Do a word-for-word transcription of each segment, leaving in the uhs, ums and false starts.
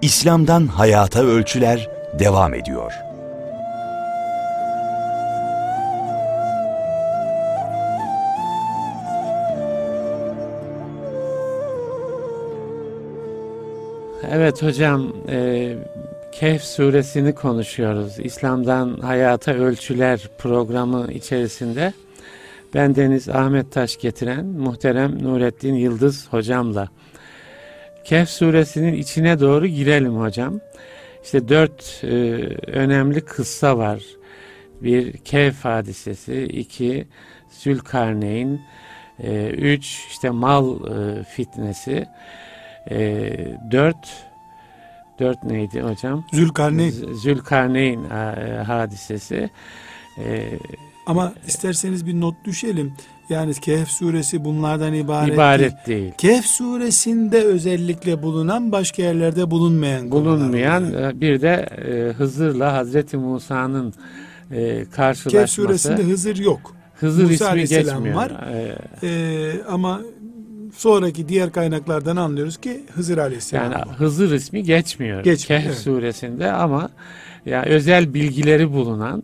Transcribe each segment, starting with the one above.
İslam'dan Hayata Ölçüler devam ediyor. Evet hocam, e, Kehf suresini konuşuyoruz. İslam'dan Hayata Ölçüler programı içerisinde bendeniz Ahmet Taş getiren muhterem Nurettin Yıldız hocamla Kehf suresinin içine doğru girelim hocam. İşte dört e, önemli kıssa var. Bir, Kehf hadisesi. iki Zülkarneyn. E, üç işte mal e, fitnesi. E, dört dört neydi hocam? Zülkarneyn. Z- Zülkarneyn e, hadisesi. E, Ama isterseniz bir not düşelim. Yani Kehf suresi bunlardan ibaret, ibaret değil. değil. Kehf suresinde özellikle bulunan, başka yerlerde bulunmayan bulunmayan konular. bir de e, Hızır'la Hazreti Musa'nın e, karşılaşması. Kehf suresinde Hızır yok. Hızır Musa ismi Aleyhisselam geçmiyor. var. Ee, Ee, ama sonraki diğer kaynaklardan anlıyoruz ki Hızır Aleyhisselam yani var. Hızır ismi geçmiyor. Geçmiyor, Kehf evet. suresinde ama yani özel bilgileri bulunan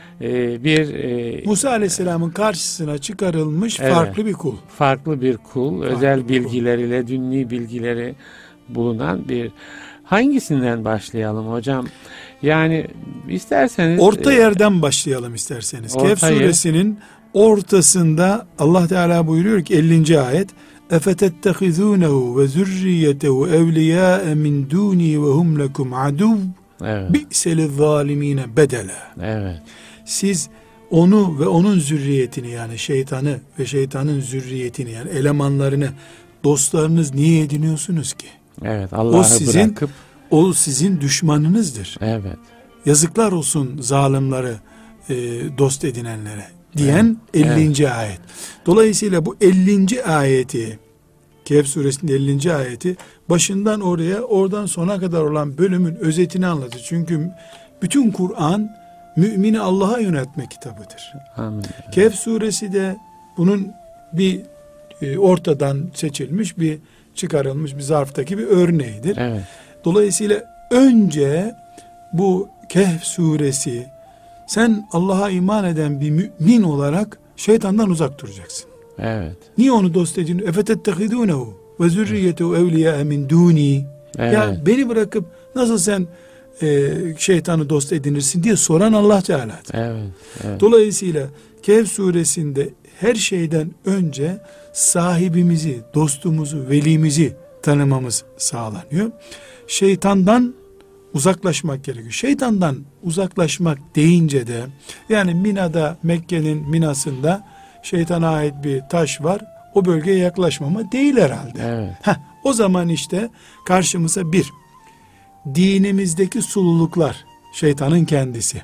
e, bir e, Musa Aleyhisselam'ın karşısına çıkarılmış evet, farklı bir kul. farklı bir kul, Farklı özel bir bilgileriyle, dünni bilgileri bulunan bir. Hangisinden başlayalım hocam? Yani isterseniz Orta yerden başlayalım isterseniz. Orta Kehf yer. suresinin ortasında Allah Teala buyuruyor ki ellinci ayet: "Efetettehizunehu ve zurriyetehu evliyâe min dûni ve hum lekum aduv evet, bi'seliz zâlimîne bedela." evet, Siz onu ve onun zürriyetini, yani şeytanı ve şeytanın zürriyetini, yani elemanlarını dostlarınız niye ediniyorsunuz ki? evet, Allah'ı O sizin, bırakıp o sizin düşmanınızdır. evet, Yazıklar olsun zalimleri e, dost edinenlere diyen evet, ellinci ayet. Dolayısıyla bu ellinci ayeti, Kehf suresinin ellinci ayeti başından oraya, oradan sona kadar olan bölümün özetini anlatır. Çünkü bütün Kur'an mümini Allah'a yöneltme kitabıdır. amin. Kehf suresi de bunun bir e, ortadan seçilmiş, bir çıkarılmış bir zarftaki bir örneğidir. Evet, Dolayısıyla önce bu Kehf suresi, sen Allah'a iman eden bir mümin olarak şeytandan uzak duracaksın. evet, Niye onu dost edin? Efetettehidunehu ve zürriyetehu evliya min duni. evet, Ya beni bırakıp nasıl sen e, şeytanı dost edinirsin diye soran Allah Teala'dır. evet, evet. Dolayısıyla Kehf suresinde her şeyden önce sahibimizi, dostumuzu, velimizi tanımamız sağlanıyor. Şeytandan uzaklaşmak gerekiyor. Şeytandan uzaklaşmak deyince de, yani Mina'da, Mekke'nin Mina'sında şeytana ait bir taş var, o bölgeye yaklaşmama değil herhalde. Evet. Heh, o zaman işte karşımıza bir, dinimizdeki sululuklar şeytanın kendisi.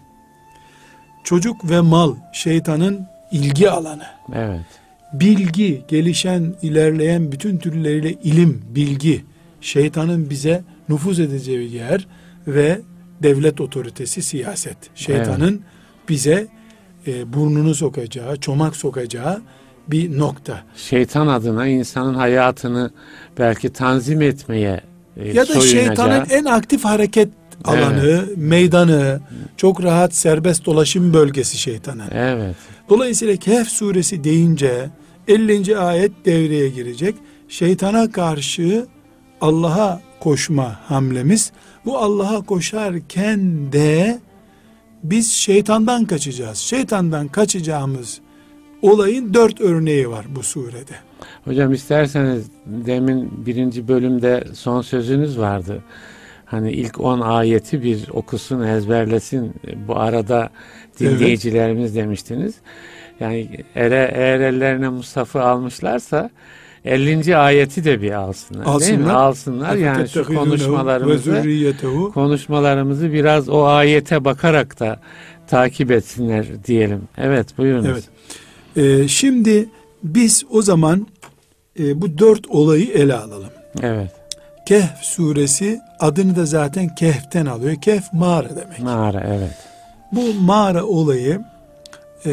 Çocuk ve mal şeytanın ilgi alanı. Evet. Bilgi, gelişen, ilerleyen bütün türleriyle ilim, bilgi, şeytanın bize nüfuz edeceği yer ve devlet otoritesi, siyaset. Şeytanın evet, bize e, burnunu sokacağı, çomak sokacağı bir nokta. Şeytan adına insanın hayatını belki tanzim etmeye e, ya da soyunacağı. Şeytanın en aktif hareket alanı, evet, meydanı, çok rahat serbest dolaşım bölgesi şeytanın. Evet. Dolayısıyla Kehf suresi deyince ellinci ayet devreye girecek. Şeytana karşı Allah'a koşma hamlemiz. Bu Allah'a koşarken de biz şeytandan kaçacağız. Şeytandan kaçacağımız olayın dört örneği var bu surede. Hocam isterseniz demin birinci bölümde son sözünüz vardı. Hani ilk on ayeti bir okusun, ezberlesin. Bu arada dinleyicilerimiz evet, demiştiniz. Yani ere, eğer ellerine Mushaf'ı almışlarsa ellinci ayeti de bir alsınlar. Alsınlar. Değil mi? Alsınlar. Yani şu konuşmalarımızı konuşmalarımızı biraz o ayete bakarak da takip etsinler diyelim. Evet, buyurunuz. Evet. Ee, şimdi biz o zaman e, bu dört olayı ele alalım. Evet. Kehf suresi adını da zaten Kehf'ten alıyor. Kehf mağara demek. Mağara, evet. Bu mağara olayı e,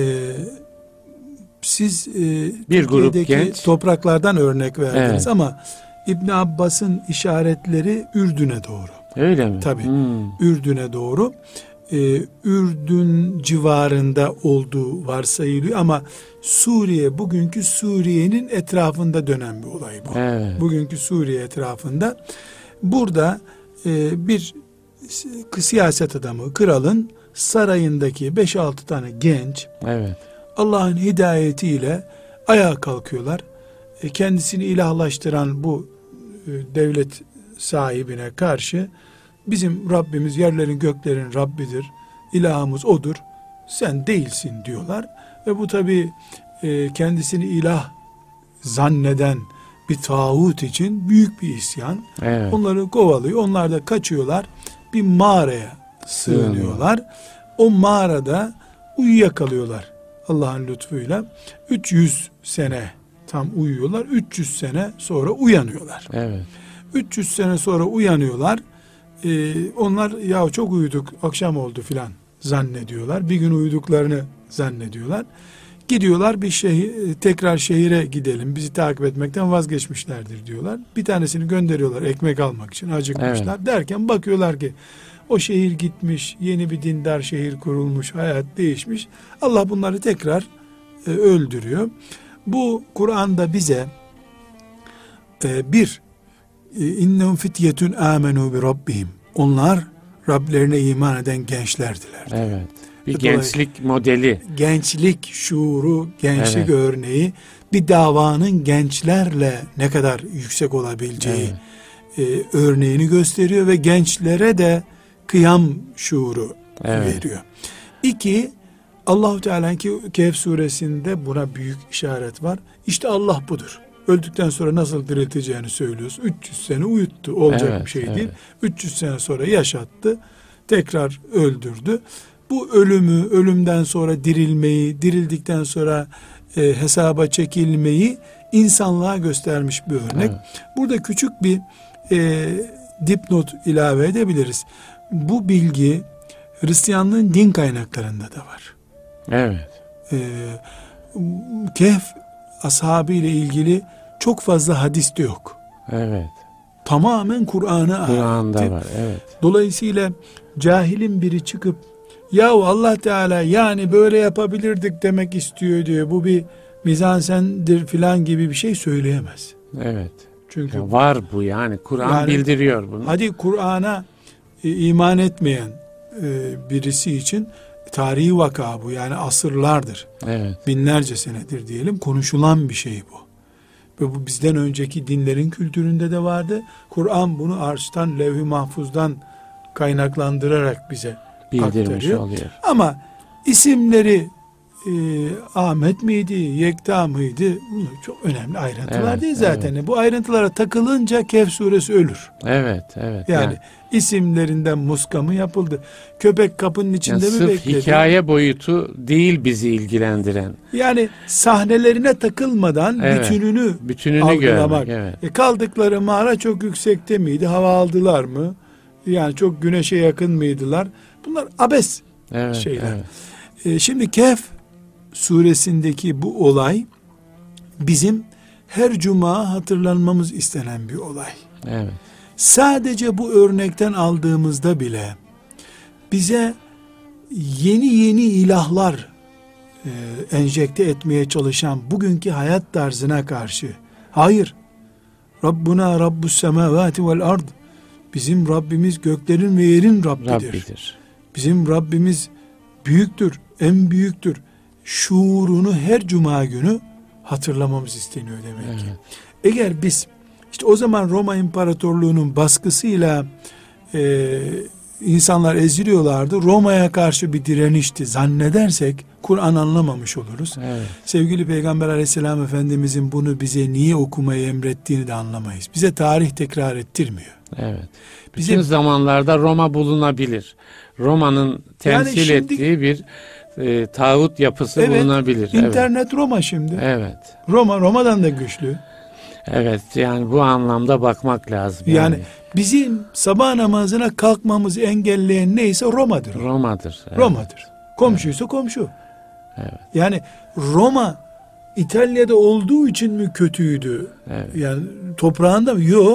siz e, bir grup Türkiye'deki genç topraklardan örnek verdiniz, evet, ama İbn Abbas'ın işaretleri Ürdün'e doğru. Öyle mi? Tabii. Hmm. Ürdün'e doğru. Ee, Ürdün civarında olduğu varsayılıyor ama Suriye, bugünkü Suriye'nin etrafında dönen bir olay bu. Evet. Bugünkü Suriye etrafında. Burada e, bir siyaset adamı, kralın sarayındaki beş altı tane genç, Evet. Allah'ın hidayetiyle ayağa kalkıyorlar. E, kendisini ilahlaştıran bu e, devlet sahibine karşı, bizim Rabbimiz yerlerin göklerin Rabbidir, ilahımız odur, sen değilsin diyorlar. Ve bu tabi e, kendisini ilah zanneden bir tağut için büyük bir isyan. Evet. Onları kovalıyor, onlar da kaçıyorlar, bir mağaraya sığınıyorlar. O mağarada uyuyakalıyorlar Allah'ın lütfuyla. üç yüz sene tam uyuyorlar, üç yüz sene sonra uyanıyorlar. Evet. üç yüz sene sonra uyanıyorlar. Ee, onlar ya çok uyuduk, akşam oldu filan zannediyorlar. Bir gün uyuduklarını zannediyorlar. Gidiyorlar bir şehir, tekrar şehire gidelim, bizi takip etmekten vazgeçmişlerdir diyorlar. Bir tanesini gönderiyorlar ekmek almak için, acıkmışlar. Evet. Derken bakıyorlar ki o şehir gitmiş, yeni bir dindar şehir kurulmuş, hayat değişmiş. Allah bunları tekrar e, öldürüyor. Bu Kur'an'da bize e, bir İnnehum fityetun amenu bi rabbihim. Onlar Rablerine iman eden gençlerdiler. Evet. Bir gençlik modeli. Gençlik şuuru, gençlik evet. örneği, bir davanın gençlerle ne kadar yüksek olabileceği evet. e, örneğini gösteriyor ve gençlere de kıyam şuuru evet. veriyor. İki, Allah-u Teala'nın ki Kehf suresinde buna büyük işaret var. İşte Allah budur. Öldükten sonra nasıl dirilteceğini söylüyorsun. üç yüz sene uyuttu. Olacak evet, bir şey evet. değil. üç yüz sene sonra yaşattı. Tekrar öldürdü. Bu ölümü, ölümden sonra dirilmeyi, dirildikten sonra e, hesaba çekilmeyi insanlığa göstermiş bir örnek. Evet. Burada küçük bir e, dipnot ilave edebiliriz. Bu bilgi Hristiyanlığın din kaynaklarında da var. Evet. E, Kehf ashabı ile ilgili çok fazla hadis de yok. Evet. Tamamen Kur'an'a Kur'an'da ait. var. Evet. Dolayısıyla cahilin biri çıkıp yahu Allah Teala yani böyle yapabilirdik demek istiyor diyor. Bu bir mizansendir filan gibi bir şey söyleyemez. Evet. Çünkü ya var bu yani Kur'an yani, bildiriyor bunu. Hadi Kur'an'a e, iman etmeyen e, birisi için tarihi vaka bu, yani asırlardır. Evet. Binlerce senedir diyelim konuşulan bir şey bu. Ve bu bizden önceki dinlerin kültüründe de vardı. Kur'an bunu arştan, levh-i mahfuzdan kaynaklandırarak bize bildirmiş aktarıyor. Oluyor. Ama isimleri e, Ahmet miydi, Yekta mıydı? Bunlar çok önemli ayrıntılar evet, değil zaten. Evet. Bu ayrıntılara takılınca Kehf suresi ölür. Evet, evet. Yani, yani. isimlerinden muska mı yapıldı? Köpek kapının içinde yani mi bekledi? Hikaye boyutu değil bizi ilgilendiren. Yani sahnelerine takılmadan evet, bütününü, bütününü algılamak. Görmek, evet. E kaldıkları mağara çok yüksekte miydi? Hava aldılar mı? Yani çok güneşe yakın mıydılar? Bunlar abes evet, şeyler. Evet. E şimdi Kehf suresindeki bu olay bizim her cuma hatırlanmamız istenen bir olay. Evet. Sadece bu örnekten aldığımızda bile bize yeni yeni ilahlar e, enjekte etmeye çalışan bugünkü hayat tarzına karşı, hayır, Rabbuna Rabbus semavati vel ard, bizim Rabbimiz göklerin ve yerin Rabbidir. Rabbidir. Bizim Rabbimiz büyüktür, en büyüktür şuurunu her cuma günü hatırlamamız isteniyor demek evet. ki. Eğer biz işte o zaman Roma İmparatorluğu'nun baskısıyla e, insanlar eziliyorlardı. Roma'ya karşı bir direnişti zannedersek Kur'an anlamamış oluruz. Evet. Sevgili Peygamber Aleyhisselam Efendimizin bunu bize niye okumayı emrettiğini de anlamayız. Bize tarih tekrar ettirmiyor. Evet. Bütün bize, zamanlarda Roma bulunabilir. Roma'nın temsil yani şimdi, ettiği bir e, tağut yapısı evet, bulunabilir. İnternet evet. Roma şimdi. Evet. Roma Roma'dan da güçlü. Evet, yani bu anlamda bakmak lazım. Yani, yani bizim sabah namazına kalkmamızı engelleyen neyse Roma'dır. Roma'dır. Evet. Roma'dır. Komşuysa evet. komşu. Evet. Yani Roma İtalya'da olduğu için mi kötüydü? Evet. Yani toprağında mı? Yok.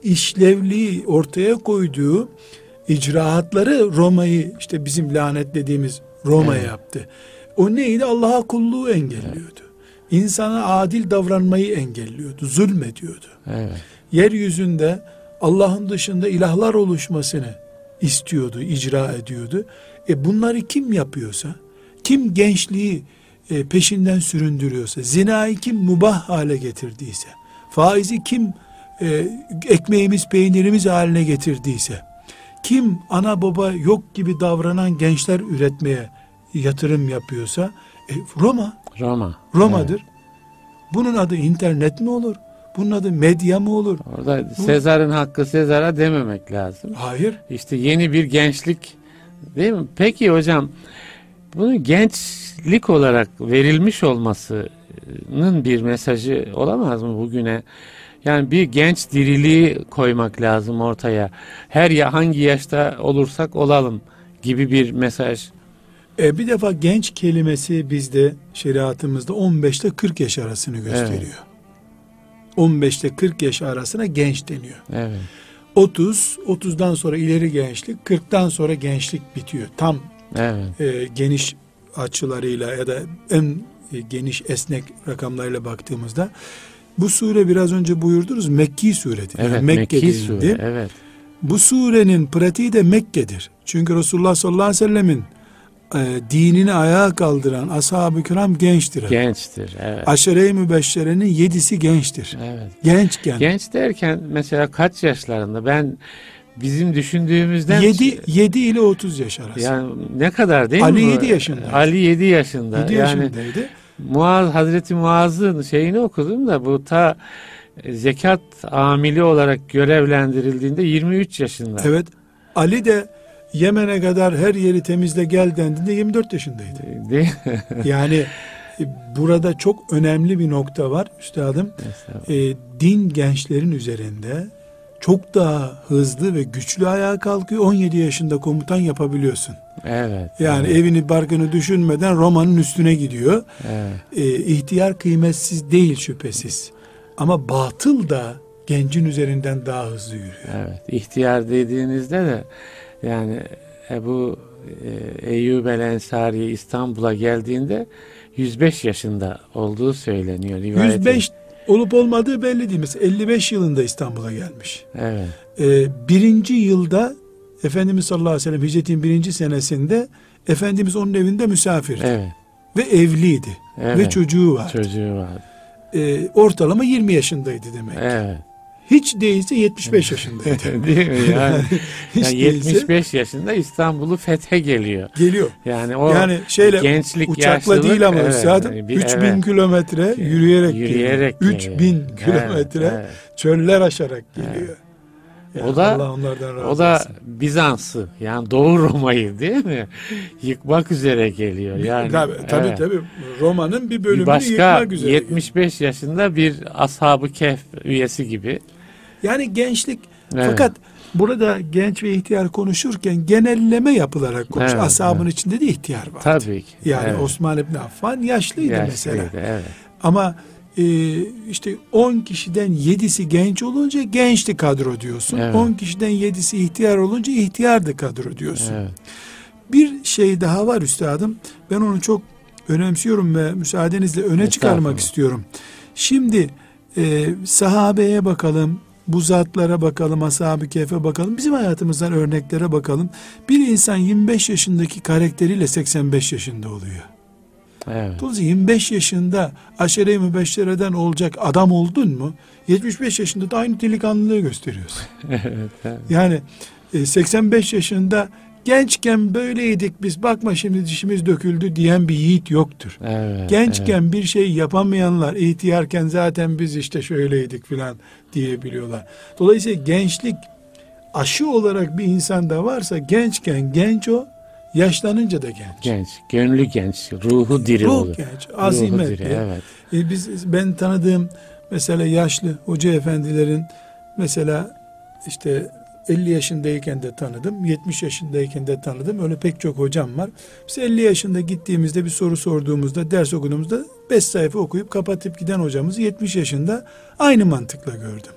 işlevliği ortaya koyduğu icraatları Roma'yı, işte bizim lanetlediğimiz Roma evet. yaptı. O neydi? Allah'a kulluğu engelliyordu. Evet. İnsana adil davranmayı engelliyordu. Zulmediyordu. Evet. Yeryüzünde Allah'ın dışında ilahlar oluşmasını istiyordu, icra ediyordu. E bunları kim yapıyorsa, kim gençliği e, peşinden süründürüyorsa, zinayı kim mubah hale getirdiyse, faizi kim e, ekmeğimiz peynirimiz haline getirdiyse, kim ana baba yok gibi davranan gençler üretmeye yatırım yapıyorsa, e, Roma. Roma. Roma'dır. Evet. Bunun adı internet mi olur? Bunun adı medya mı olur? Orada Sezar'ın hakkı Sezar'a dememek lazım. Hayır. İşte yeni bir gençlik, değil mi? Peki hocam, bunun gençlik olarak verilmiş olmasının bir mesajı olamaz mı bugüne? Yani bir genç diriliği koymak lazım ortaya. Her ya hangi yaşta olursak olalım gibi bir mesaj. E bir defa genç kelimesi bizde şeriatımızda on beş ile kırk yaş arasını gösteriyor. Evet. on beş ile kırk yaş arasına genç deniyor. Evet. otuz, otuzdan sonra ileri gençlik, kırktan sonra gençlik bitiyor. Tam evet. e, geniş açılarıyla ya da en e, geniş esnek rakamlarıyla baktığımızda bu sure biraz önce buyurdunuz Mekki suredir. Evet, yani Mekki Mekki sure. Evet. Bu surenin pratiği de Mekke'dir. Çünkü Resulullah sallallahu aleyhi ve sellemin e, dinini ayağa kaldıran ashab-ı kiram gençtir. Gençtir, evet. Aşere-i mübeşşerenin yedisi gençtir. Evet. Gençken. Genç derken mesela kaç yaşlarında? Ben bizim düşündüğümüzden yedi ile otuz yaş arası. Yani ne kadar değil Ali mi? Ali yedi yaşındaydı. Ali yedi yaşında. yedi yani yaşındaydı. Muaz, Hazreti Muaz'ın şeyini okudum da bu ta zekat amili olarak görevlendirildiğinde yirmi üç yaşında. Evet. Ali de Yemen'e kadar her yeri temizle gel dendiğinde yirmi dört yaşındaydı. Değil Yani burada çok önemli bir nokta var üstadım. E, din gençlerin üzerinde çok daha hızlı ve güçlü ayağa kalkıyor. on yedi yaşında komutan yapabiliyorsun. Evet. Yani evet. evini barkını düşünmeden Roma'nın üstüne gidiyor. Evet. E, ihtiyar kıymetsiz değil şüphesiz. Ama batıl da gencin üzerinden daha hızlı yürüyor. Evet. İhtiyar dediğinizde de yani Ebu e, Eyyub el-Ensari İstanbul'a geldiğinde yüz beş yaşında olduğu söyleniyor. Rivayet yüz beş olup olmadığı belli değil. Mesela elli beş yılında İstanbul'a gelmiş. Evet. Ee, birinci yılda Efendimiz sallallahu aleyhi ve sellem hicretin birinci senesinde Efendimiz onun evinde misafirdi. Evet. Ve evliydi. Evet. Ve çocuğu vardı. Çocuğu vardı. Ee, ortalama yirmi yaşındaydı demek. Evet. Hiç değilse yetmiş beş yaşındaydı. Değil mi? Yani, yani yetmiş beş yaşında İstanbul'u fethe geliyor. Geliyor. Yani o yani şeyle, gençlik, uçakla yaşlılık, değil ama evet, zaten üç bin evet. kilometre yürüyerek, yürüyerek geliyor. üç bin kilometre evet, evet. çöller aşarak geliyor. Evet. Yani o da Allah onlardan razı o da olsun. Bizans'ı, yani Doğu Roma'yı değil mi? Yıkmak üzere geliyor. Yani tabii tabii, evet. tabii. Roma'nın bir bölümünü bir başka yıkmak üzere. yetmiş beş geliyor. Yaşında bir Ashab-ı Kehf üyesi gibi. Yani gençlik, evet. Fakat burada genç ve ihtiyar konuşurken genelleme yapılarak konuş. Evet, Ashabın evet. içinde de ihtiyar vardı. Tabii ki. Yani evet. Osman İbni Affan yaşlıydı, yaşlıydı mesela. Evet. Ama e, işte on kişiden yedisi genç olunca gençti kadro diyorsun. Evet. on kişiden yedisi ihtiyar olunca ihtiyardı kadro diyorsun. Evet. Bir şey daha var üstadım. Ben onu çok önemsiyorum ve müsaadenizle öne çıkarmak istiyorum. Şimdi e, sahabeye bakalım, bu zatlara bakalım, ashab-ı kehfe bakalım, bizim hayatımızdan örneklere bakalım. Bir insan yirmi beş yaşındaki karakteriyle seksen beş yaşında oluyor. Evet. Dolayısıyla yirmi beş yaşında aşere-i mübeşşereden olacak adam oldun mu, yetmiş beş yaşında da aynı delikanlılığı gösteriyorsun. Evet, evet. Yani e, seksen beş yaşında gençken böyleydik biz, bakma şimdi dişimiz döküldü diyen bir yiğit yoktur. Evet, gençken evet. bir şey yapamayanlar, ihtiyarken zaten biz işte şöyleydik filan diyebiliyorlar. Dolayısıyla gençlik aşı olarak bir insanda varsa, gençken genç o, yaşlanınca da genç. Genç, gönlü genç, ruhu diri Ruh olur. genç, azimetli. Diri, evet. E biz, ben tanıdığım mesela yaşlı hoca efendilerin, mesela işte elli yaşındayken de tanıdım, yetmiş yaşındayken de tanıdım. Öyle pek çok hocam var. Biz elli yaşında gittiğimizde bir soru sorduğumuzda, ders okuduğumuzda beş sayfa okuyup kapatıp giden hocamızı yetmiş yaşında aynı mantıkla gördüm.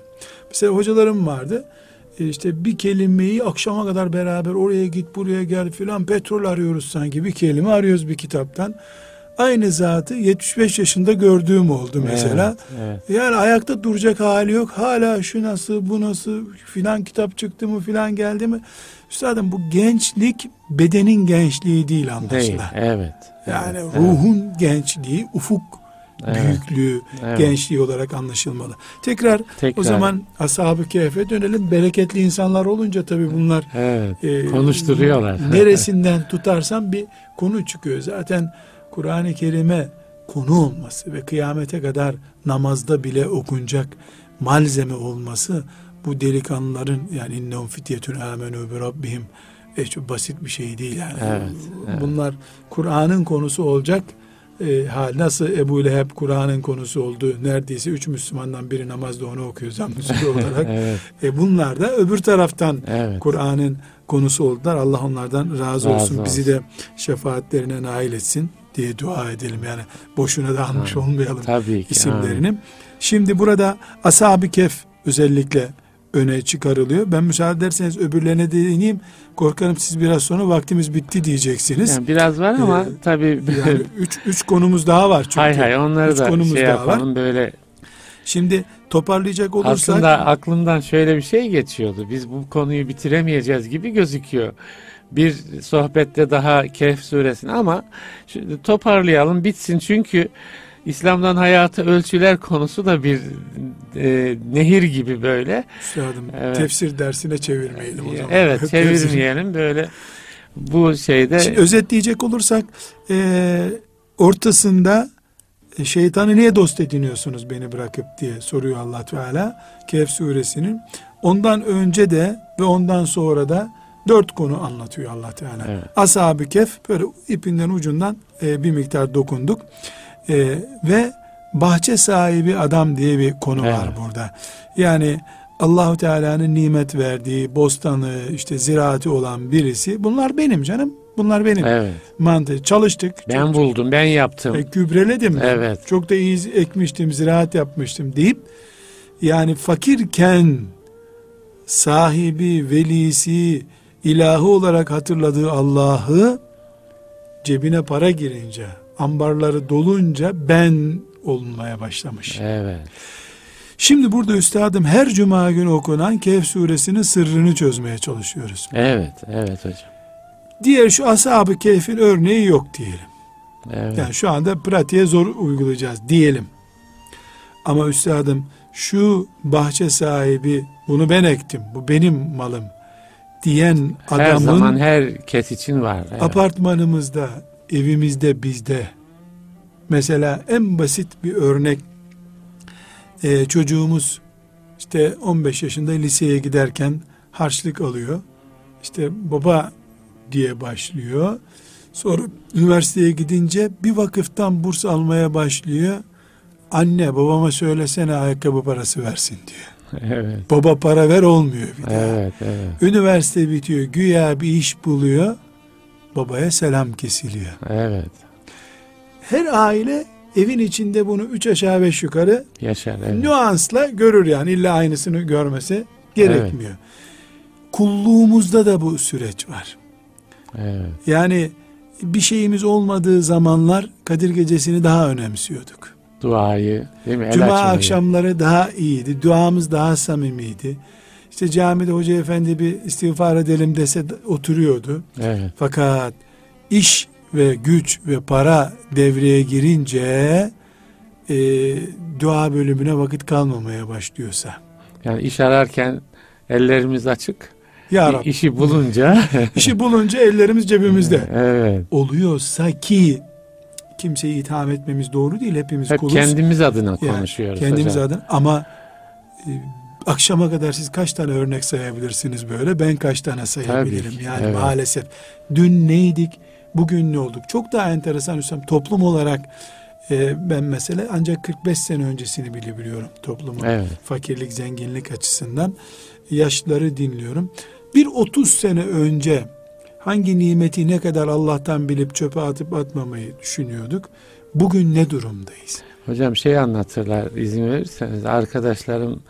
Mesela hocalarım vardı. E işte bir kelimeyi akşama kadar beraber oraya git buraya gel filan, petrol arıyoruz sanki, bir kelime arıyoruz bir kitaptan. Aynı zatı yetmiş beş yaşında gördüğüm oldu mesela. Evet, evet. Yani ayakta duracak hali yok. Hala şu nasıl, bu nasıl, filan kitap çıktı mı, filan geldi mi? Üstadım, bu gençlik bedenin gençliği değil anlaşılan. Değil, evet. Yani evet, ruhun evet. gençliği, ufuk evet, büyüklüğü, evet. gençliği olarak anlaşılmalı. Tekrar, Tekrar o zaman Ashab-ı Kehf'e dönelim. Bereketli insanlar olunca tabii bunlar evet, e, konuşturuyorlar. Neresinden tutarsam bir konu çıkıyor. Zaten Kur'an-ı Kerim'e konu olması ve kıyamete kadar namazda bile okunacak malzeme olması, bu delikanlıların, yani innehum fityetun amenu bi rabbihim, e, çok basit bir şey değil yani. Evet, evet. Bunlar Kur'an'ın konusu olacak e, hal. Nasıl Ebu Leheb Kur'an'ın konusu oldu, neredeyse üç Müslümandan biri namazda onu okuyor zammısı olarak. Evet. E, bunlar da öbür taraftan evet. Kur'an'ın konusu oldular. Allah onlardan razı, razı olsun. olsun. Bizi de şefaatlerine nail etsin diye dua edelim. Yani boşuna da almış olmayalım Tabii ki, isimlerini. Amin. Şimdi burada Ashab-ı Kehf özellikle öne çıkarılıyor. Ben müsaade ederseniz öbürlerine değineyim. Korkarım siz biraz sonra vaktimiz bitti diyeceksiniz. Yani biraz var ama ee, tabii. Yani üç, üç konumuz daha var çünkü. Hay hay, onları üç da şey yapalım var. Böyle. Şimdi toparlayacak olursak. Aslında aklımdan şöyle bir şey geçiyordu. Biz bu konuyu bitiremeyeceğiz gibi gözüküyor. Bir sohbette daha Kehf suresini, ama şimdi toparlayalım bitsin, çünkü İslam'dan hayata ölçüler konusu da bir e, nehir gibi böyle. Üstadım, evet. Tefsir dersine çevirmeyelim o zaman. Evet, çevirmeyelim böyle bu şeyde. Şimdi özetleyecek olursak e, ortasında e, şeytanı niye dost ediniyorsunuz beni bırakıp diye soruyor Allah Teala Kehf suresinin. Ondan önce de ve ondan sonra da dört konu anlatıyor Allah Teala. Evet. Ashab-ı Kehf, böyle ipinden ucundan e, bir miktar dokunduk. Ee, ve bahçe sahibi adam diye bir konu evet. var burada. Yani Allahu Teala'nın nimet verdiği bostanı, işte ziraati olan birisi, bunlar benim canım, bunlar benim. Evet. Mantığı çalıştık. Ben çok, buldum, ben yaptım. E, gübreledim. Evet. Ben. Çok da iyi ekmiştim, ziraat yapmıştım deyip, yani fakirken sahibi, velisi, ilahı olarak hatırladığı Allah'ı, cebine para girince, ambarları dolunca ben olmaya başlamış. Evet. Şimdi burada üstadım her cuma günü okunan Kehf suresinin sırrını çözmeye çalışıyoruz. Evet, evet hocam. Diğer şu Ashab-ı Kehf'in örneği yok diyelim. Evet. Yani şu anda pratiğe zor uygulayacağız diyelim. Ama üstadım şu bahçe sahibi, bunu ben ektim, bu benim malım diyen adamın her zaman herkes için var. Evet. Apartmanımızda, evimizde, bizde. Mesela en basit bir örnek, ee, çocuğumuz işte on beş yaşında liseye giderken harçlık alıyor. İşte baba diye başlıyor. Sonra üniversiteye gidince bir vakıftan burs almaya başlıyor. Anne, babama söylesene ayakkabı parası versin diyor. Evet. Baba para ver olmuyor bir daha. Evet, evet. Üniversite bitiyor, güya bir iş buluyor. Babaya selam kesiliyor. Evet. Her aile evin içinde bunu üç aşağı beş yukarı yaşar, evet. nüansla görür, yani illa aynısını görmesi gerekmiyor. Evet. Kulluğumuzda da bu süreç var. Evet. Yani bir şeyimiz olmadığı zamanlar Kadir Gecesi'ni daha önemsiyorduk. Duayı, değil mi? Cuma akşamları daha iyiydi. Duamız daha samimiydi. İşte camide hoca efendi bir istiğfar edelim dese oturuyordu. Evet. Fakat iş ve güç ve para devreye girince e, dua bölümüne vakit kalmamaya başlıyorsa. Yani iş ararken ellerimiz açık. Ya Rabbi. İşi bulunca. işi bulunca ellerimiz cebimizde. Evet. Oluyorsa ki kimseyi itham etmemiz doğru değil. Hepimiz hep kuluz. Kendimiz adına konuşuyoruz. Yani kendimiz hocam. adına, ama e, akşama kadar siz kaç tane örnek sayabilirsiniz böyle? Ben kaç tane sayabilirim? Tabii, yani evet. Maalesef. Dün neydik? Bugün ne olduk? Çok daha enteresan Hüsam. Toplum olarak e, ben mesela ancak kırk beş sene öncesini bile biliyorum toplumun. Evet. Fakirlik, zenginlik açısından. Yaşlıları dinliyorum. Bir otuz sene önce hangi nimeti ne kadar Allah'tan bilip çöpe atıp atmamayı düşünüyorduk. Bugün ne durumdayız? Hocam şey anlatırlar, izin verirseniz, arkadaşlarım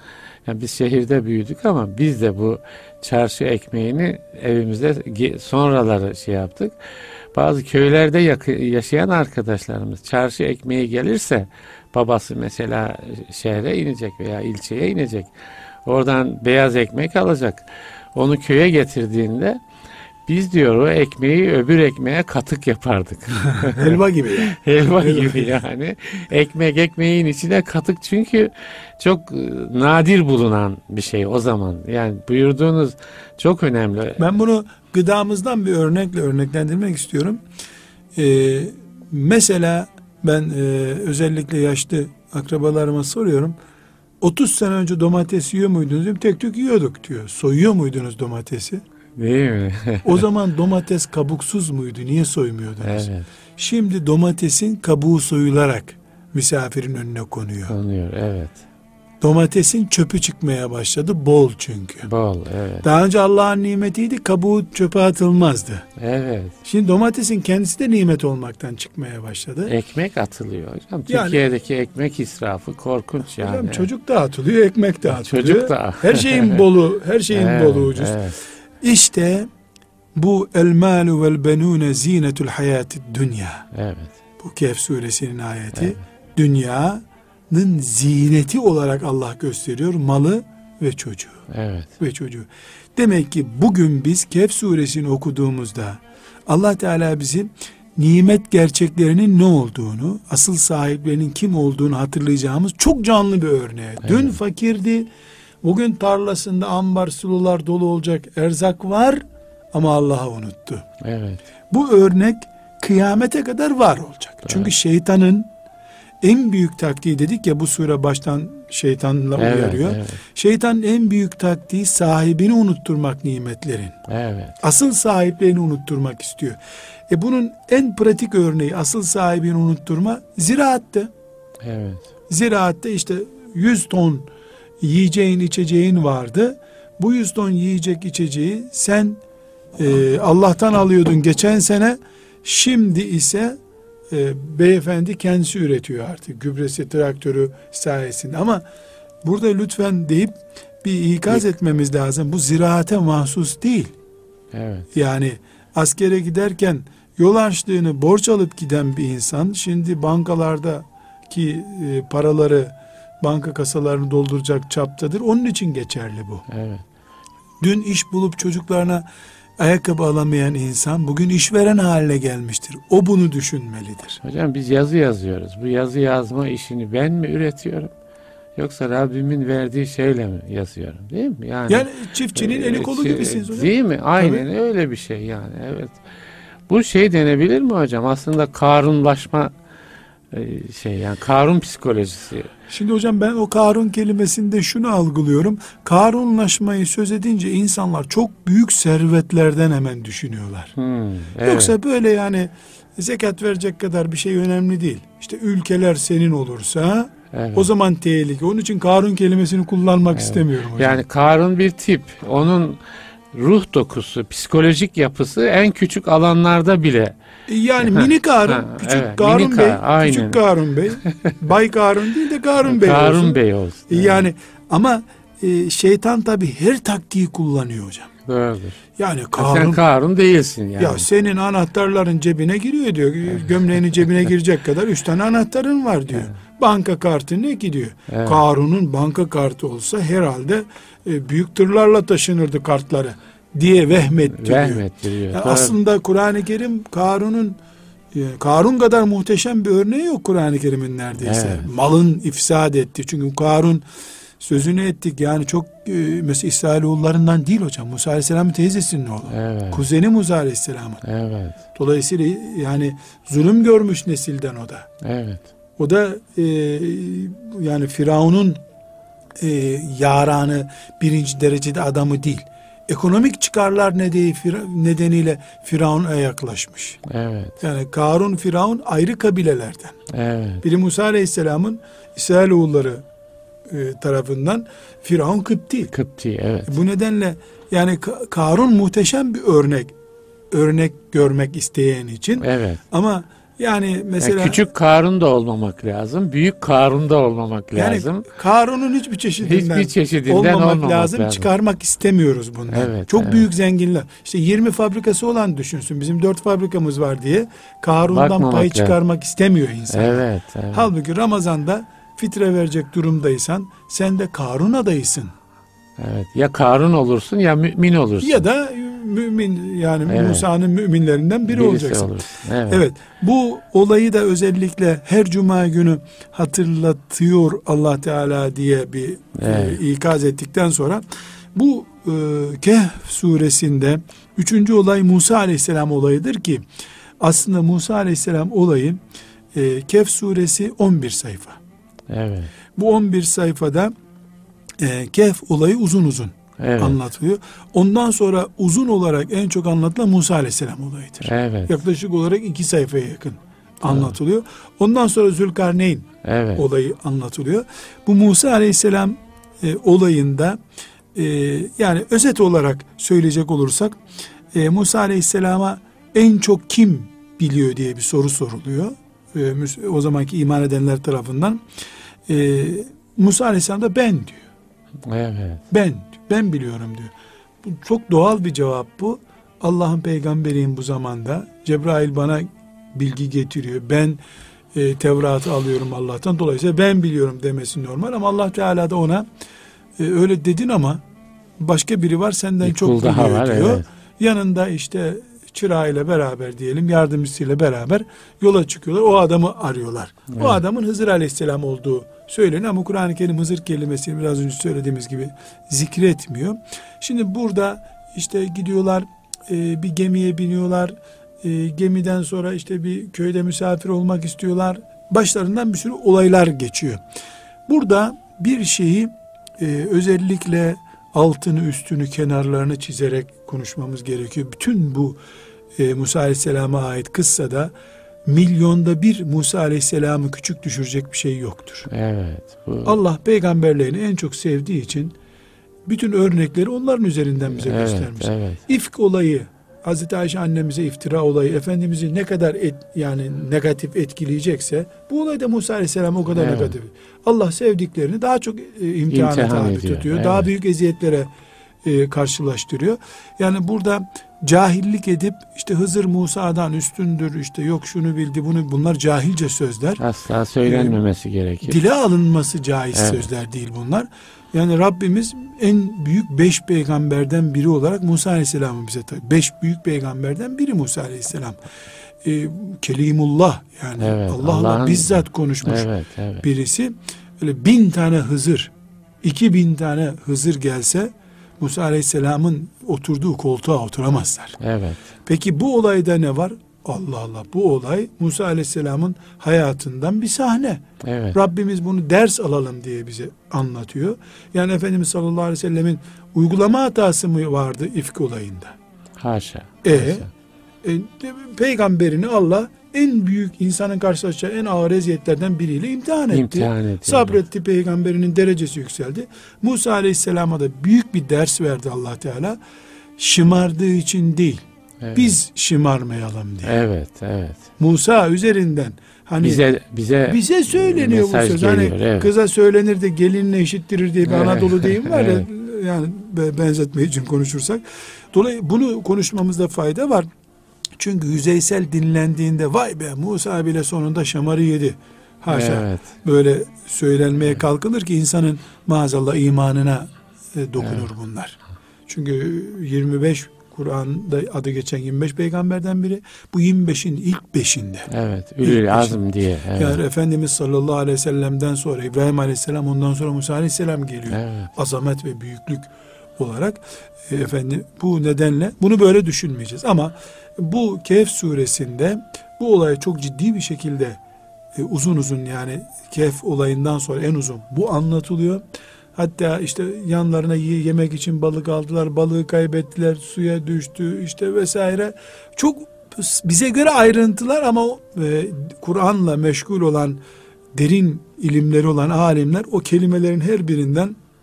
Yani biz şehirde büyüdük ama biz de bu çarşı ekmeğini evimizde ge- sonraları şey yaptık. Bazı köylerde yakı- yaşayan arkadaşlarımız çarşı ekmeği gelirse babası mesela şehre inecek veya ilçeye inecek. Oradan beyaz ekmek alacak. Onu köye getirdiğinde biz diyor o ekmeği öbür ekmeğe katık yapardık. Helva gibi yani. Helva Helva. gibi yani. Ekmek ekmeğin içine katık çünkü çok e, nadir bulunan bir şey o zaman. Yani buyurduğunuz çok önemli. Ben bunu gıdamızdan bir örnekle örneklendirmek istiyorum. Ee, mesela ben e, özellikle yaşlı akrabalarıma soruyorum. otuz sene önce domates yiyor muydunuz? Diyorum, tek tük yiyorduk diyor. Soyuyor muydunuz domatesi? Değil mi? O zaman domates kabuksuz muydu? Niye soymuyordunuz? Evet. Şimdi domatesin kabuğu soyularak misafirin önüne konuyor. Konuyor, evet. Domatesin çöpü çıkmaya başladı. Bol çünkü. Bol, evet. Daha önce Allah'ın nimetiydi. Kabuğu çöpe atılmazdı. Evet. Şimdi domatesin kendisi de nimet olmaktan çıkmaya başladı. Ekmek atılıyor hocam. Yani- Türkiye'deki ekmek israfı korkunç yani. Hocam çocuk da atılıyor, ekmek de atılıyor. Çocuk da. Her şeyin bolu, her şeyin Evet, bolu ucuz. evet. İşte bu el malu vel benune zinetul hayatid dünya. Evet. Bu Kehf suresinin ayeti. Evet. Dünyanın zineti olarak Allah gösteriyor malı ve çocuğu. Evet. Ve çocuğu. Demek ki bugün biz Kehf suresini okuduğumuzda Allah Teala bizi nimet gerçeklerinin ne olduğunu, asıl sahiplerinin kim olduğunu hatırlayacağımız çok canlı bir örneği. Dün Evet. fakirdi, bugün tarlasında ambar sulular dolu olacak erzak var ama Allah'ı unuttu. Evet. Bu örnek kıyamete kadar var olacak. Evet. Çünkü şeytanın en büyük taktiği, dedik ya bu sure baştan şeytanla Evet, uyarıyor. evet. Şeytanın en büyük taktiği sahibini unutturmak nimetlerin. Evet. Asıl sahiplerini unutturmak istiyor. E bunun en pratik örneği asıl sahibini unutturma ziraatte. Evet. Ziraatte işte yüz ton yiyeceğin içeceğin vardı. Bu yüz ton yiyecek içeceği sen e, Allah'tan alıyordun geçen sene. Şimdi ise e, beyefendi kendisi üretiyor artık. Gübresi, traktörü sayesinde. Ama burada lütfen deyip bir ikaz etmemiz lazım. Bu ziraate mahsus değil. Evet. Yani askere giderken yol harçlığını borç alıp giden bir insan şimdi bankalardaki e, paraları, banka kasalarını dolduracak çaptadır. Onun için geçerli bu. Evet. Dün iş bulup çocuklarına ayakkabı alamayan insan bugün işveren haline gelmiştir. O bunu düşünmelidir. Hocam biz yazı yazıyoruz. Bu yazı yazma işini ben mi üretiyorum? Yoksa Rabbimin verdiği şeyle mi yazıyorum? Değil mi? Yani, Yani çiftçinin eli kolu şey- gibisiniz hocam. Değil mi? Aynen Tabii. öyle bir şey yani. Evet. Bu şey denebilir mi hocam? Aslında Karunlaşma e, şey yani Karun psikolojisi. Şimdi hocam ben o Karun kelimesinde şunu algılıyorum. Karunlaşmayı söz edince insanlar çok büyük servetlerden hemen düşünüyorlar. Hmm, evet. Yoksa böyle yani zekat verecek kadar bir şey önemli değil. İşte ülkeler senin olursa Evet. o zaman tehlike. Onun için Karun kelimesini kullanmak istemiyorum hocam. Yani Karun bir tip. Onun ruh dokusu, psikolojik yapısı en küçük alanlarda bile. Yani mini Karun, Ha, küçük evet, Karun mini Bey, Kar- aynen. küçük Karun Bey, Bay Karun değil de Karun Bey Karun olsun. Bey olsun. Yani ama e, şeytan tabii her taktiği kullanıyor hocam. Doğrudur. Yani Sen Karun, Karun değilsin yani. ya senin anahtarların cebine giriyor diyor. Gömleğinin cebine girecek kadar üç tane anahtarın var diyor. Banka kartı ne ki diyor. Evet. Karun'un banka kartı olsa herhalde e, büyük tırlarla taşınırdı kartları diye vehmettiriyor. Vehmettiriyor. Yani Doğru. aslında Kur'an-ı Kerim Karun'un e, Karun kadar muhteşem bir örneği yok Kur'an-ı Kerim'in neredeyse. Evet. Malın ifsad etti. Çünkü Karun sözünü ettik yani çok e, mesela İsrailoğullarından değil hocam. Musa Aleyhisselam'ın teyzesinin oğlu. Evet. Kuzeni Musa Aleyhisselam'ın. Evet. Dolayısıyla yani zulüm görmüş nesilden o da. Evet. O da e, yani Firavun'un e, yaranı birinci derecede adamı değil. Ekonomik çıkarlar nedeni, nedeniyle Firavun'a yaklaşmış. Evet. Yani Karun, Firavun ayrı kabilelerden. Evet. Biri Musa Aleyhisselam'ın İsrailoğulları e, tarafından, Firavun Kıpti. Kıpti, evet. Bu nedenle yani Ka- Karun muhteşem bir örnek. Örnek görmek isteyen için. Evet. Ama Yani mesela Yani küçük Karun da olmamak lazım. Büyük Karun da olmamak yani lazım. Karun'un hiçbir çeşidinden, Hiçbir çeşidinden olmamak, olmamak lazım. lazım. Çıkarmak istemiyoruz bundan. Evet, Çok evet. büyük zenginler. İşte yirmi fabrikası olan düşünsün. Bizim dört fabrikamız var diye Karun'dan Bakmamak pay lazım. çıkarmak istemiyor insan. Evet, evet. Halbuki Ramazan'da fitre verecek durumdaysan sen de Karun adayısın. Evet. Ya Karun olursun ya mümin olursun. Ya da mümin, yani Evet. Musa'nın müminlerinden biri Birisi olacaksın. olursun. Evet. Evet, bu olayı da özellikle her cuma günü hatırlatıyor Allah Teala diye bir Evet. e, ikaz ettikten sonra bu e, Kehf suresinde üçüncü olay Musa Aleyhisselam olayıdır ki aslında Musa Aleyhisselam olayı e, Kehf suresi on bir sayfa. Evet. Bu on bir sayfada e, Kehf olayı uzun uzun Evet. anlatılıyor. Ondan sonra uzun olarak en çok anlatılan Musa Aleyhisselam olayıdır. Evet. Yaklaşık olarak iki sayfaya yakın anlatılıyor. Ondan sonra Zülkarneyn Evet. olayı anlatılıyor. Bu Musa Aleyhisselam e, olayında e, yani özet olarak söyleyecek olursak e, Musa Aleyhisselam'a en çok kim biliyor diye bir soru soruluyor. E, o zamanki iman edenler tarafından. E, Musa Aleyhisselam da ben diyor. Evet. Ben, ben biliyorum diyor. Bu çok doğal bir cevap bu. Allah'ın peygamberiyim bu zamanda. Cebrail bana bilgi getiriyor. Ben e, Tevrat'ı alıyorum Allah'tan. Dolayısıyla ben biliyorum demesi normal. Ama Allah Teala da ona e, öyle dedin ama başka biri var senden Bir çok kul daha biliyor var, diyor. evet. Yanında işte çırağıyla beraber diyelim, yardımcısıyla beraber yola çıkıyorlar. O adamı arıyorlar. Evet. O adamın Hızır Aleyhisselam olduğu söyleniyor ama Kur'an-ı Kerim Hızır kelimesini biraz önce söylediğimiz gibi zikretmiyor. Şimdi burada işte gidiyorlar, e, bir gemiye biniyorlar. E, gemiden sonra işte bir köyde misafir olmak istiyorlar. Başlarından bir sürü olaylar geçiyor. Burada bir şeyi e, özellikle altını, üstünü, kenarlarını çizerek konuşmamız gerekiyor. Bütün bu e, Musa Aleyhisselam'a ait kıssada milyonda bir Musa Aleyhisselam'ı küçük düşürecek bir şey yoktur. Evet. Bu, Allah peygamberlerini en çok sevdiği için bütün örnekleri onların üzerinden bize evet, göstermiş. evet. İfk olayı, Hazreti Ayşe annemize iftira olayı, Efendimiz'i ne kadar et, yani negatif etkileyecekse bu olay da Musa Aleyhisselam o kadar Evet. negatif. Allah sevdiklerini daha çok e, imtihana İmtihan tabi ediyor, tutuyor. evet. Daha büyük eziyetlere e, karşılaştırıyor. Yani burada cahillik edip işte Hızır Musa'dan üstündür, işte yok şunu bildi bunu, bunlar cahilce sözler. Asla söylenmemesi gerekir. Dile alınması caiz Evet. sözler değil bunlar. Yani Rabbimiz en büyük beş peygamberden biri olarak Musa Aleyhisselam'ı bize tabi. Beş büyük peygamberden biri Musa Aleyhisselam. Ee, Kelimullah, yani Evet, Allah'la Allah'ın- bizzat konuşmuş Evet, evet. birisi. Öyle bin tane Hızır, iki bin tane Hızır gelse Musa Aleyhisselam'ın oturduğu koltuğa oturamazlar. Evet. Peki bu olayda ne var? Allah Allah, bu olay Musa Aleyhisselam'ın hayatından bir sahne. Evet. Rabbimiz bunu ders alalım diye bize anlatıyor. Yani Efendimiz sallallahu aleyhi ve sellemin uygulama hatası mı vardı ifk olayında? Haşa. E, Haşa. e, peygamberini Allah en büyük insanın karşılaşacağı en ağır eziyetlerden biriyle imtihan etti. İmtihan etti. Sabretti, peygamberinin derecesi yükseldi. Musa aleyhisselama da büyük bir ders verdi Allah Teala. Şımardığı için değil, Evet. biz şımarmayalım diye. Evet, evet. Musa üzerinden hani Bize bize bize söyleniyor bu mesaj söz. Hani geliyor, evet. kıza söylenir de gelinle eşittirir diye bir Evet. Anadolu deyim var ya, Evet. yani be- benzetme için konuşursak. Dolayısıyla bunu konuşmamızda fayda var. Çünkü yüzeysel dinlendiğinde vay be Musa bile sonunda şamarı yedi. Haşa. Evet. Böyle söylenmeye kalkılır ki insanın maazallah imanına e, dokunur bunlar. Çünkü yirmi beş Kur'an'da adı geçen yirmi beş peygamberden biri. Bu yirmi beşin ilk beşinde. Evet. İlk Ülül beşin. azm diye. Evet. Yani Efendimiz sallallahu aleyhi ve sellem'den sonra İbrahim aleyhisselam, ondan sonra Musa aleyhisselam geliyor. Evet. Azamet ve büyüklük olarak e, efendim bu nedenle bunu böyle düşünmeyeceğiz. Ama bu Kehf suresinde bu olay çok ciddi bir şekilde e, uzun uzun, yani Kehf olayından sonra en uzun bu anlatılıyor. Hatta işte yanlarına ye- yemek için balık aldılar, balığı kaybettiler, suya düştü işte vesaire. Çok bize göre ayrıntılar ama e, Kur'an'la meşgul olan, derin ilimleri olan alimler o kelimelerin her birinden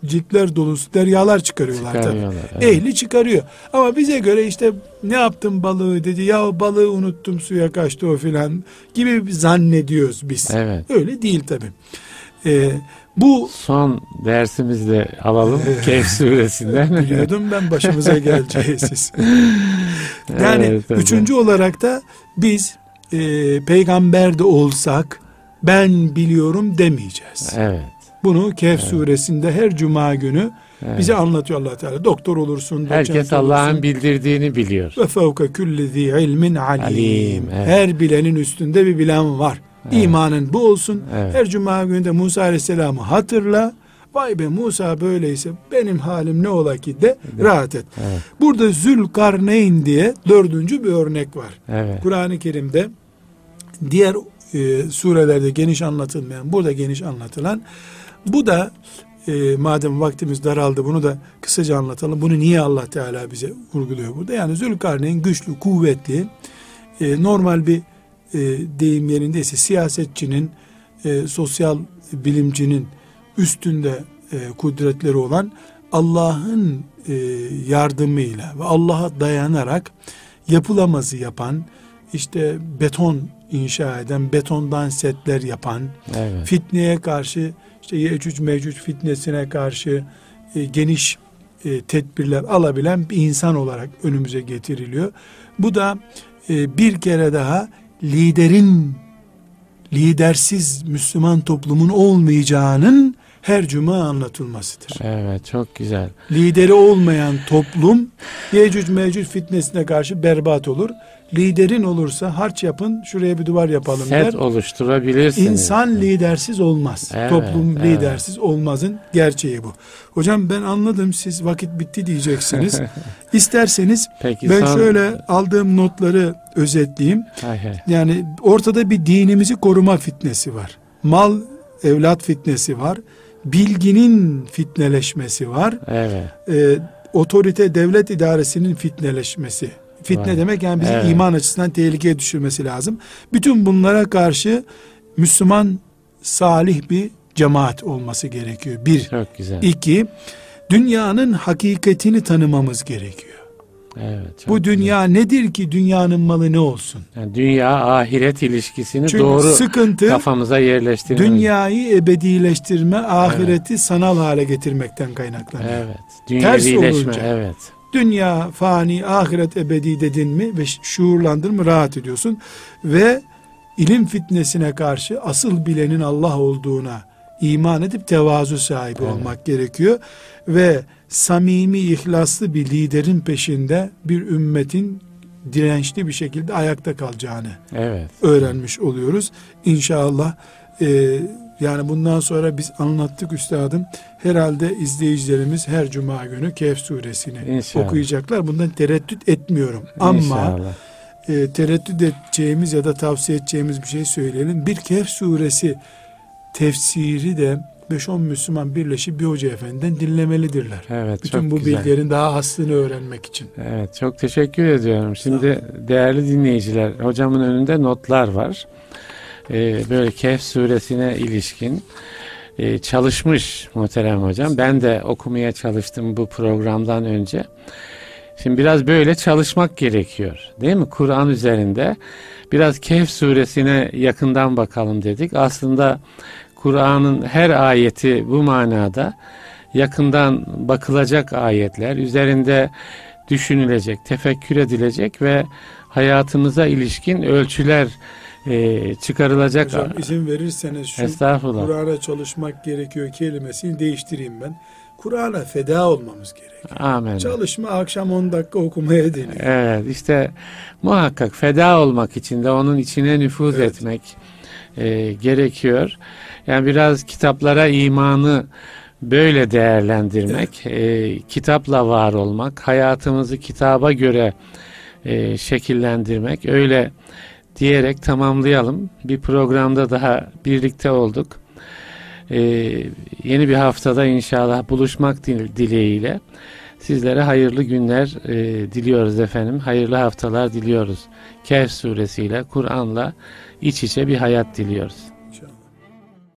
ciltler dolusu deryalar çıkarıyorlar tabii. Çıkarıyorlar, evet. Ehli çıkarıyor. Ama bize göre işte ne yaptın balığı dedi. Ya balığı unuttum, suya kaçtı o filan gibi zannediyoruz biz. Evet. Öyle değil tabii. Ee, bu Son dersimizde alalım Kehf suresinden. biliyordum ben başımıza geleceği siz. Yani Evet, tabii. üçüncü olarak da biz e, peygamber de olsak ben biliyorum demeyeceğiz. Evet. Bunu Kehf suresinde her cuma günü Evet. bize anlatıyor Allah Teala. Doktor olursun, doçent Herkes olursun. Allah'ın bildirdiğini biliyor. Ve fevke külli zi ilmin alim. Alim, evet. Her bilenin üstünde bir bilen var. Evet. İmanın bu olsun. Evet. Her cuma günü de Musa Aleyhisselam'ı hatırla. Vay be Musa böyleyse benim halim ne ola ki de rahat et. Evet. Burada Zülkarneyn diye dördüncü bir örnek var. Evet. Kur'an-ı Kerim'de diğer e, surelerde geniş anlatılmayan, burada geniş anlatılan. Bu da e, madem vaktimiz daraldı bunu da kısaca anlatalım. Bunu niye Allah Teala bize vurguluyor burada? Yani Zülkarneyn güçlü, kuvvetli, e, normal bir e, deyim yerindeyse siyasetçinin, e, sosyal bilimcinin üstünde e, kudretleri olan Allah'ın e, yardımıyla ve Allah'a dayanarak yapılamazı yapan, işte beton inşa eden, betondan setler yapan, Evet. fitneye karşı, işte Yecüc Mecüc fitnesine karşı e, geniş e, tedbirler alabilen bir insan olarak önümüze getiriliyor. Bu da e, bir kere daha liderin, lidersiz Müslüman toplumun olmayacağının her cuma anlatılmasıdır. Evet, çok güzel. Lideri olmayan toplum Yecüc Mecüc fitnesine karşı berbat olur. Liderin olursa harç yapın, şuraya bir duvar yapalım Set der. oluşturabilirsiniz. İnsan lidersiz olmaz. Evet, Toplum evet. lidersiz olmazın gerçeği bu. Hocam ben anladım, siz vakit bitti diyeceksiniz. İsterseniz Peki, ben son- şöyle aldığım notları özetleyeyim. Hay hay. Yani ortada bir dinimizi koruma fitnesi var. Mal, evlat fitnesi var. Bilginin fitneleşmesi var. Evet. Ee, otorite, devlet idaresinin fitneleşmesi. Fitne Var. demek yani bizi Evet. iman açısından tehlikeye düşürmesi lazım. Bütün bunlara karşı Müslüman salih bir cemaat olması gerekiyor. Bir. Çok güzel. İki, dünyanın hakikatini tanımamız gerekiyor. Evet. çok Bu güzel. dünya nedir ki dünyanın malı ne olsun? Yani dünya ahiret ilişkisini Çünkü doğru sıkıntı kafamıza yerleştirmemiz. dünyayı ebedileştirme, ahireti sanal hale getirmekten kaynaklanıyor. Evet. Ters Dünyevileşme. olunca. Evet. Dünya fani, ahiret ebedi dedin mi ve şuurlandın mı rahat ediyorsun. Ve ilim fitnesine karşı asıl bilenin Allah olduğuna iman edip tevazu sahibi Evet. olmak gerekiyor. Ve samimi, ihlaslı bir liderin peşinde bir ümmetin dirençli bir şekilde ayakta kalacağını Evet. öğrenmiş oluyoruz. İnşallah e, yani bundan sonra biz anlattık üstadım. Herhalde izleyicilerimiz her cuma günü Kehf suresini İnşallah. okuyacaklar. Bundan tereddüt etmiyorum. Ama İnşallah. e, tereddüt edeceğimiz ya da tavsiye edeceğimiz bir şey söyleyelim. Bir Kehf suresi tefsiri de beş on Müslüman birleşip bir hoca efendiden dinlemelidirler. Evet. Bütün çok bu güzel. bilgilerin daha aslını öğrenmek için. Evet, çok teşekkür ediyorum. Şimdi değerli dinleyiciler, hocamın önünde notlar var. Ee, böyle Kehf suresine ilişkin e, çalışmış muhterem hocam. Ben de okumaya çalıştım bu programdan önce. Şimdi biraz böyle çalışmak gerekiyor, değil mi? Kur'an üzerinde biraz Kehf suresine yakından bakalım dedik. Aslında Kur'an'ın her ayeti bu manada yakından bakılacak ayetler, üzerinde düşünülecek, tefekkür edilecek ve hayatımıza ilişkin ölçüler e, çıkarılacak. Hocam izin verirseniz şu Estağfurullah. Kur'an'a çalışmak gerekiyor kelimesini değiştireyim ben. Kur'an'a feda olmamız gerekiyor. Amin. Çalışma akşam on dakika okumaya deniyor. Evet, işte muhakkak feda olmak için de onun içine nüfuz Evet. etmek e, gerekiyor. Yani biraz kitaplara imanı böyle değerlendirmek, e, kitapla var olmak, hayatımızı kitaba göre e, şekillendirmek, öyle diyerek tamamlayalım. Bir programda daha birlikte olduk. E, yeni bir haftada inşallah buluşmak dil- dileğiyle sizlere hayırlı günler e, diliyoruz efendim. Hayırlı haftalar diliyoruz. Kehf suresiyle, Kur'an'la iç içe bir hayat diliyoruz.